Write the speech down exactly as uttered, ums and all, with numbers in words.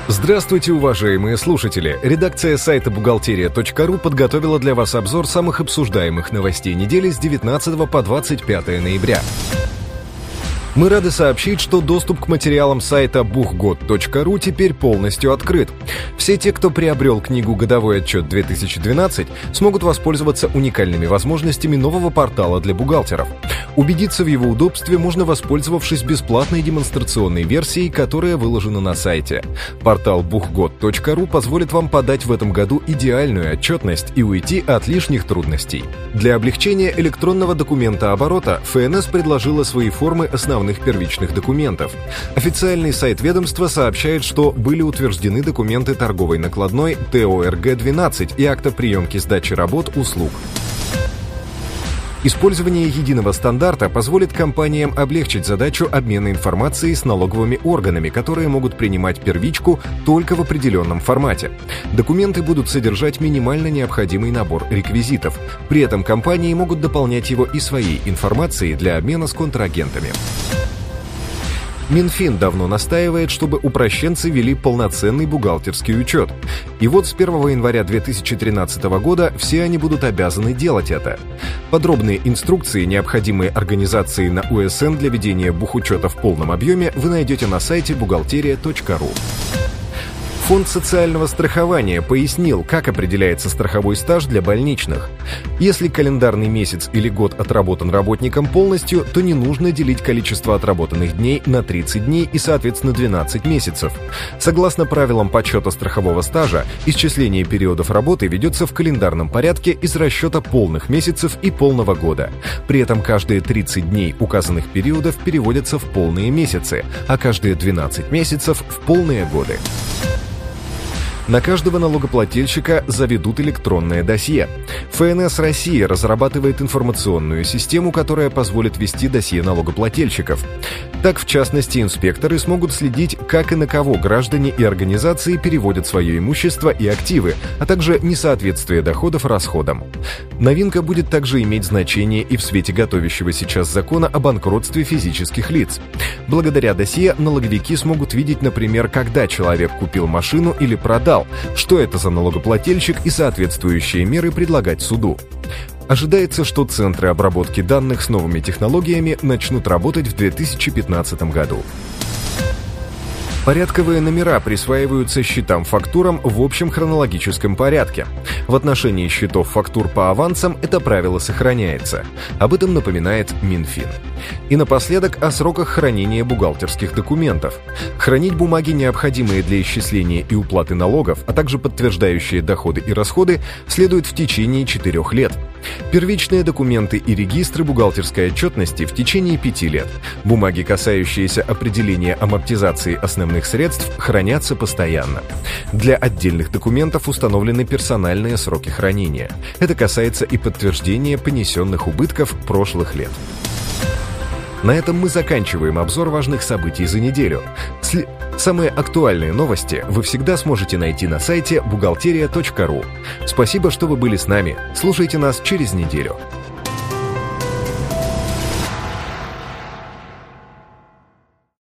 Здравствуйте, уважаемые слушатели! Редакция сайта бухгалтерия точка ру подготовила для вас обзор самых обсуждаемых новостей недели с девятнадцатого по двадцать пятое ноября. Мы рады сообщить, что доступ к материалам сайта бухгод точка ру теперь полностью открыт. Все те, кто приобрел книгу «Годовой отчет две тысячи двенадцать», смогут воспользоваться уникальными возможностями нового портала для бухгалтеров. Убедиться в его удобстве можно, воспользовавшись бесплатной демонстрационной версией, которая выложена на сайте. Портал бухгод точка ру позволит вам подать в этом году идеальную отчетность и уйти от лишних трудностей. Для облегчения электронного документооборота эф эн эс предложила свои формы основных первичных документов. Официальный сайт ведомства сообщает, что были утверждены документы торговой накладной тэ о эр гэ двенадцать и акта приемки сдачи работ услуг. Использование единого стандарта позволит компаниям облегчить задачу обмена информацией с налоговыми органами, которые могут принимать первичку только в определенном формате. Документы будут содержать минимально необходимый набор реквизитов. При этом компании могут дополнять его и своей информацией для обмена с контрагентами. Минфин давно настаивает, чтобы упрощенцы вели полноценный бухгалтерский учет. И вот с первого января две тысячи тринадцатого года все они будут обязаны делать это. Подробные инструкции, необходимые организации на у эс эн для ведения бухучета в полном объеме, вы найдете на сайте бухгалтерия точка ру. Фонд социального страхования пояснил, как определяется страховой стаж для больничных. Если календарный месяц или год отработан работником полностью, то не нужно делить количество отработанных дней на тридцать дней и, соответственно, двенадцать месяцев. Согласно правилам подсчета страхового стажа, исчисление периодов работы ведется в календарном порядке из расчета полных месяцев и полного года. При этом каждые тридцать дней указанных периодов переводятся в полные месяцы, а каждые двенадцать месяцев в полные годы. На каждого налогоплательщика заведут электронное досье. эф эн эс России разрабатывает информационную систему, которая позволит вести досье налогоплательщиков. Так, в частности, инспекторы смогут следить, как и на кого граждане и организации переводят свое имущество и активы, а также несоответствие доходов расходам. Новинка будет также иметь значение и в свете готовящего сейчас закона о банкротстве физических лиц. Благодаря досье налоговики смогут видеть, например, когда человек купил машину или продал, что это за налогоплательщик и соответствующие меры предлагать суду. Ожидается, что центры обработки данных с новыми технологиями начнут работать в две тысячи пятнадцатом году. Порядковые номера присваиваются счетам-фактурам в общем хронологическом порядке. В отношении счетов фактур по авансам это правило сохраняется. Об этом напоминает Минфин. И напоследок о сроках хранения бухгалтерских документов. Хранить бумаги, необходимые для исчисления и уплаты налогов, а также подтверждающие доходы и расходы, следует в течение четырех лет. Первичные документы и регистры бухгалтерской отчетности в течение пяти лет. Бумаги, касающиеся определения амортизации основных средств, хранятся постоянно. Для отдельных документов установлены персональные сроки хранения. Это касается и подтверждения понесенных убытков прошлых лет. На этом мы заканчиваем обзор важных событий за неделю. Сли... Самые актуальные новости вы всегда сможете найти на сайте бухгалтерия точка ру. Спасибо, что вы были с нами. Слушайте нас через неделю.